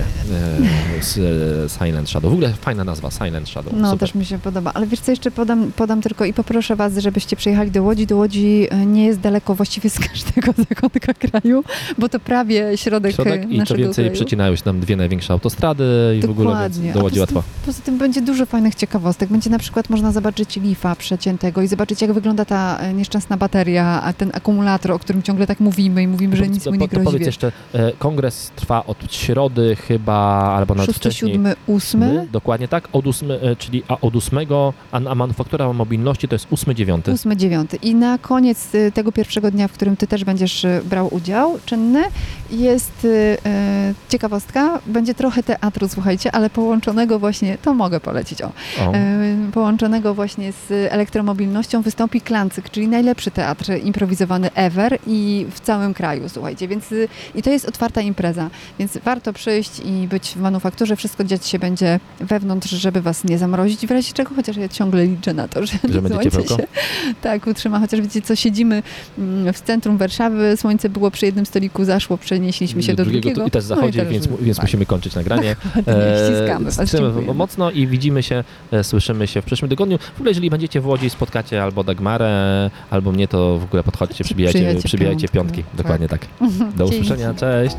e, z e, Silent Shadow. W ogóle fajna nazwa, Silent Shadow. No, Super. też mi się podoba. Ale wiesz co, jeszcze podam, podam tylko i poproszę Was, żebyście przyjechali do Łodzi. Do Łodzi e, nie jest daleko właściwie z każdego zakątka kraju, bo to prawie środek, Środek e, i co naszego więcej kraju. przecinają się tam dwie największe autostrady i w ogóle Dokładnie. więc do A Łodzi poza łatwo. tym, poza tym będzie dużo fajnych ciekawostek. Będzie na przykład można zobaczyć lifa przeciętego i zobaczyć, jak wygląda ta e, nieszczęsna bateria, a ten akumulator, o którym ciągle tak mówimy i mówimy, że To- nic to, mu nie to grozi. powiedz wiesz. jeszcze, e, kongres trwa od środy chyba, albo nawet Szósty, wcześniej. siódmy, ósmy. Dokładnie tak, od ósmy, e, czyli a od ósmego, a, a manufaktura mobilności to jest ósmy, dziewiąty. Ósmy, dziewiąty. I na koniec y, tego pierwszego dnia, w którym ty też będziesz y, brał udział, czynny, jest y, y, ciekawostka. Będzie trochę teatru, słuchajcie, ale połączonego właśnie, to mogę polecić, o, O, y, połączonego właśnie z elektromobilnością wystąpi Klancyk, czyli najlepszy teatr improwizowany ever i w całym kraju, słuchajcie. Więc y, i to jest otwarta impreza, więc warto przyjść i być w manufakturze. Wszystko dziać się będzie wewnątrz, żeby was nie zamrozić, w razie czego, chociaż ja ciągle liczę na to, że, Że będzie słońce ciepełko? się tak utrzyma. Chociaż wiecie co, siedzimy mm, w centrum Warszawy, słońce było przy jednym stoliku, zaszło, przenieśliśmy się do drugiego. tu- I też zachodzi, no i więc, mu- więc tak, musimy kończyć nagranie. ściskamy was, Ściskamy dziękujemy. mocno i widzimy się, e, słyszymy się w przyszłym tygodniu. W ogóle jeżeli będziecie w Łodzi, spotkacie albo Dagmarę, albo mnie, to w ogóle podchodźcie, przybijajcie, Przyjęcie przybijajcie piątkę, piątki. tak. Dokładnie tak. Do Dzięki. usłyszenia, cześć.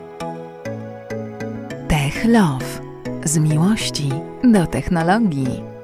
Tech Love. Z miłości do technologii.